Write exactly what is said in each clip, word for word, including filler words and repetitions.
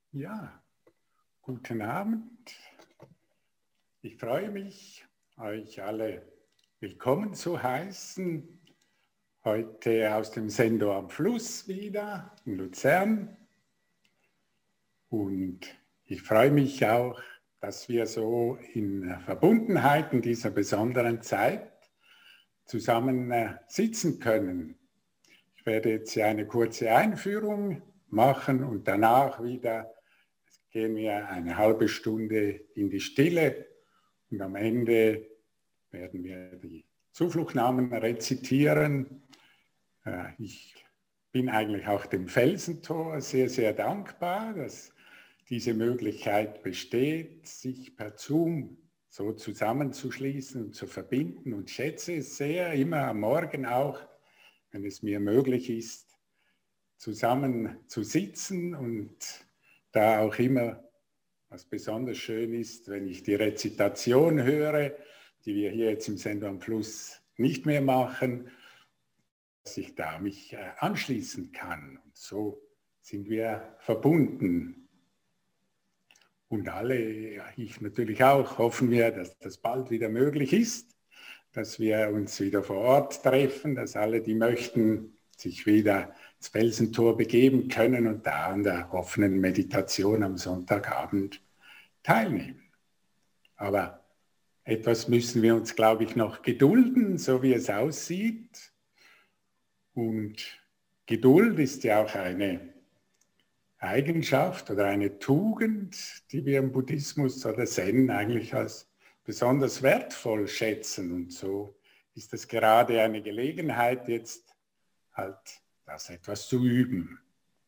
Ja, guten Abend. Ich freue mich, euch alle willkommen zu heißen. Heute aus dem Sendo am Fluss wieder in Luzern. Und ich freue mich auch, dass wir so in Verbundenheit in dieser besonderen Zeit zusammen sitzen können. Ich werde jetzt eine kurze Einführung machen und danach wieder gehen wir eine halbe Stunde in die Stille und am Ende werden wir die Zufluchtnamen rezitieren. Ich bin eigentlich auch dem Felsentor sehr, sehr dankbar, dass diese Möglichkeit besteht, sich per Zoom so zusammenzuschließen und zu verbinden, und schätze es sehr, immer am Morgen auch, wenn es mir möglich ist, zusammen zu sitzen, und da auch immer, was besonders schön ist, wenn ich die Rezitation höre, die wir hier jetzt im Sendo am Fluss nicht mehr machen, dass ich da mich anschließen kann. Und so sind wir verbunden. Und alle, ja, ich natürlich auch, hoffen wir, dass das bald wieder möglich ist, dass wir uns wieder vor Ort treffen, dass alle, die möchten, sich wieder ins Felsentor begeben können und da an der offenen Meditation am Sonntagabend teilnehmen. Aber etwas müssen wir uns, glaube ich, noch gedulden, so wie es aussieht. Und Geduld ist ja auch eine Eigenschaft oder eine Tugend, die wir im Buddhismus oder Zen eigentlich als besonders wertvoll schätzen. Und so ist es gerade eine Gelegenheit, jetzt halt das etwas zu üben.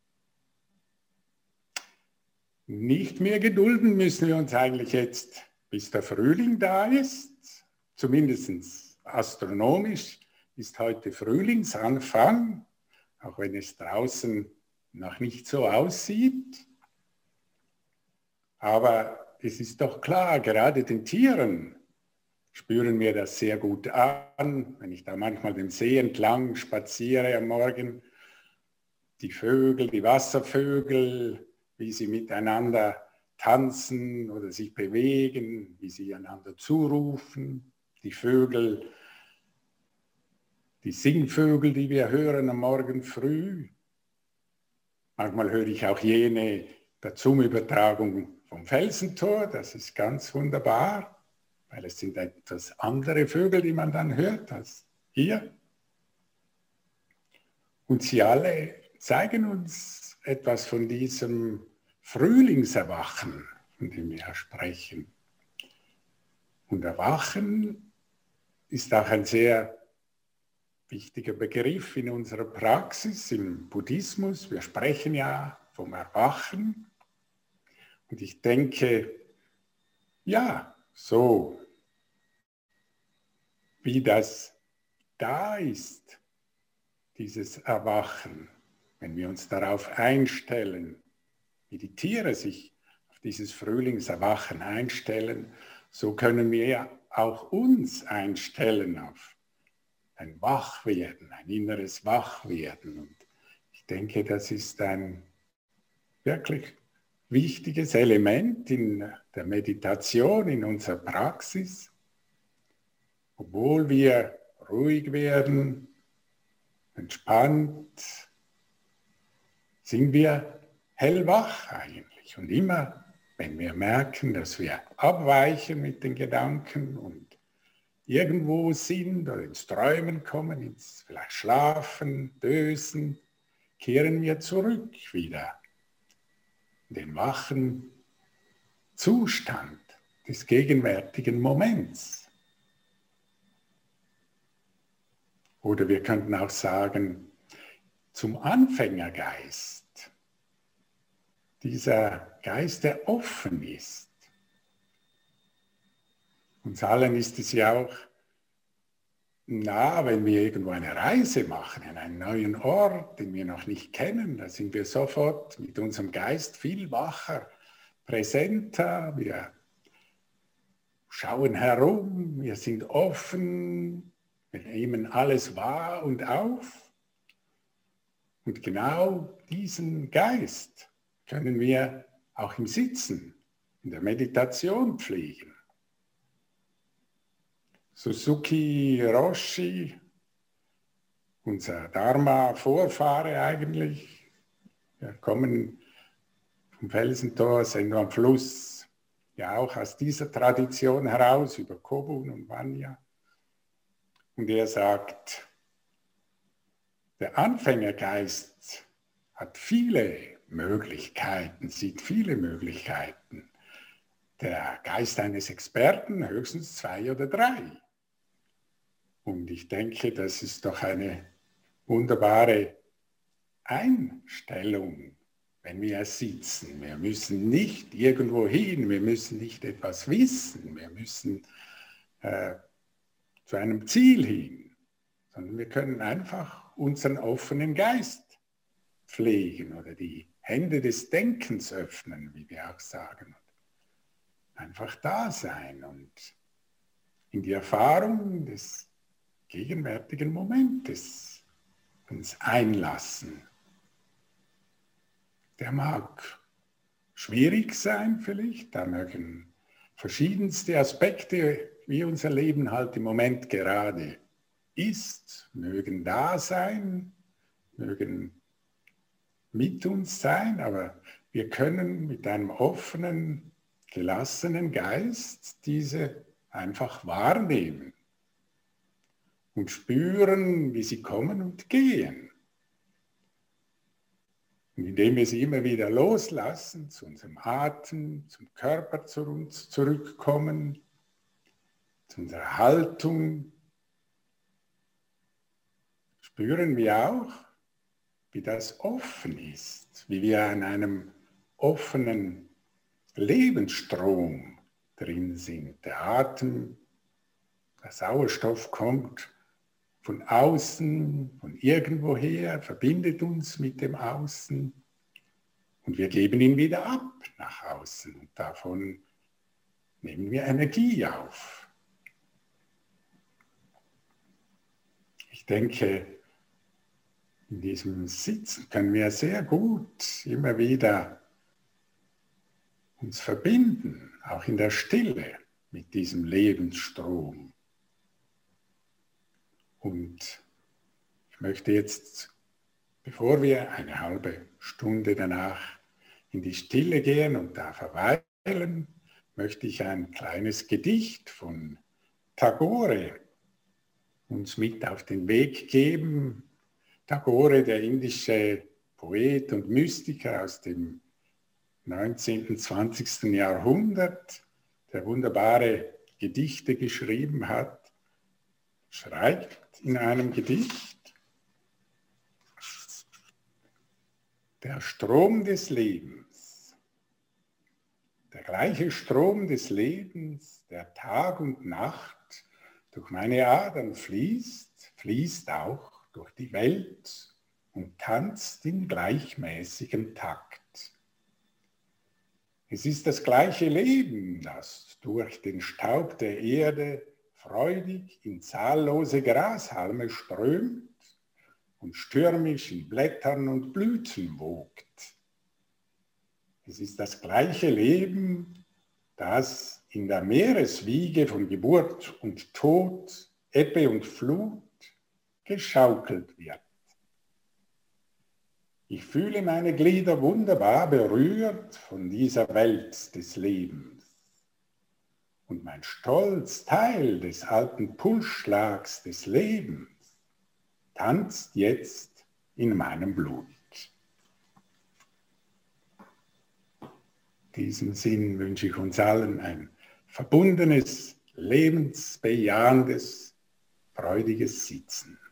Nicht mehr gedulden müssen wir uns eigentlich jetzt, bis der Frühling da ist. Zumindest astronomisch ist heute Frühlingsanfang, auch wenn es draußen noch nicht so aussieht. Aber es ist doch klar, gerade den Tieren spüren wir das sehr gut an, wenn ich da manchmal den See entlang spaziere am Morgen. Die Vögel, die Wasservögel, wie sie miteinander tanzen oder sich bewegen, wie sie einander zurufen. Die Vögel, die Singvögel, die wir hören am Morgen früh. Manchmal höre ich auch jene der Zoom-Übertragung vom Felsentor, das ist ganz wunderbar, weil es sind etwas andere Vögel, die man dann hört, als hier. Und sie alle zeigen uns etwas von diesem Frühlingserwachen, von dem wir sprechen. Und Erwachen ist auch ein sehr wichtiger Begriff in unserer Praxis, im Buddhismus. Wir sprechen ja vom Erwachen. Und ich denke, ja, so wie das da ist, dieses Erwachen, wenn wir uns darauf einstellen, wie die Tiere sich auf dieses Frühlingserwachen einstellen, so können wir ja auch uns einstellen auf ein Wachwerden, ein inneres Wachwerden. Und ich denke, das ist ein wirklich wichtiges Element in der Meditation, in unserer Praxis. Obwohl wir ruhig werden, entspannt, sind wir hellwach eigentlich. Und immer, wenn wir merken, dass wir abweichen mit den Gedanken und irgendwo sind oder ins Träumen kommen, ins vielleicht Schlafen, Dösen, kehren wir zurück wieder in den wachen Zustand des gegenwärtigen Moments. Oder wir könnten auch sagen, zum Anfängergeist, dieser Geist, der offen ist. Uns allen ist es ja auch nah, wenn wir irgendwo eine Reise machen, in einen neuen Ort, den wir noch nicht kennen, da sind wir sofort mit unserem Geist viel wacher, präsenter, wir schauen herum, wir sind offen, wir nehmen alles wahr und auf. Und genau diesen Geist können wir auch im Sitzen, in der Meditation pflegen. Suzuki Roshi, unser Dharma-Vorfahre eigentlich, wir kommen vom Felsentor, sind nur am Fluss, ja auch aus dieser Tradition heraus, über Kobun und Vanya. Und er sagt, der Anfängergeist hat viele Möglichkeiten, sieht viele Möglichkeiten. Der Geist eines Experten höchstens zwei oder drei. Und ich denke, das ist doch eine wunderbare Einstellung, wenn wir sitzen. Wir müssen nicht irgendwo hin, wir müssen nicht etwas wissen, wir müssen äh, zu einem Ziel hin, sondern wir können einfach unseren offenen Geist pflegen oder die Hände des Denkens öffnen, wie wir auch sagen. Einfach da sein und in die Erfahrung des gegenwärtigen Momentes uns einlassen. Der mag schwierig sein vielleicht, da mögen verschiedenste Aspekte, wie unser Leben halt im Moment gerade ist, mögen da sein, mögen mit uns sein, aber wir können mit einem offenen, gelassenen Geist diese einfach wahrnehmen und spüren, wie sie kommen und gehen. Und indem wir sie immer wieder loslassen, zu unserem Atem, zum Körper zu uns zurückkommen, zu unserer Haltung, spüren wir auch, wie das offen ist, wie wir an einem offenen Lebensstrom drin sind. Der Atem, der Sauerstoff kommt von außen, von irgendwoher, verbindet uns mit dem Außen und wir geben ihn wieder ab nach außen und davon nehmen wir Energie auf. Ich denke, in diesem Sitzen können wir sehr gut immer wieder uns verbinden, auch in der Stille mit diesem Lebensstrom. Und ich möchte jetzt, bevor wir eine halbe Stunde danach in die Stille gehen und da verweilen, möchte ich ein kleines Gedicht von Tagore uns mit auf den Weg geben. Tagore, der indische Poet und Mystiker aus dem neunzehnten, zwanzigsten Jahrhundert, der wunderbare Gedichte geschrieben hat, schreibt in einem Gedicht: Der Strom des Lebens, der gleiche Strom des Lebens, der Tag und Nacht durch meine Adern fließt, fließt auch durch die Welt und tanzt in gleichmäßigem Takt. Es ist das gleiche Leben, das durch den Staub der Erde freudig in zahllose Grashalme strömt und stürmisch in Blättern und Blüten wogt. Es ist das gleiche Leben, das in der Meereswiege von Geburt und Tod, Ebbe und Flut geschaukelt wird. Ich fühle meine Glieder wunderbar berührt von dieser Welt des Lebens. Und mein Stolz, Teil des alten Pulsschlags des Lebens, tanzt jetzt in meinem Blut. In diesem Sinn wünsche ich uns allen ein verbundenes, lebensbejahendes, freudiges Sitzen.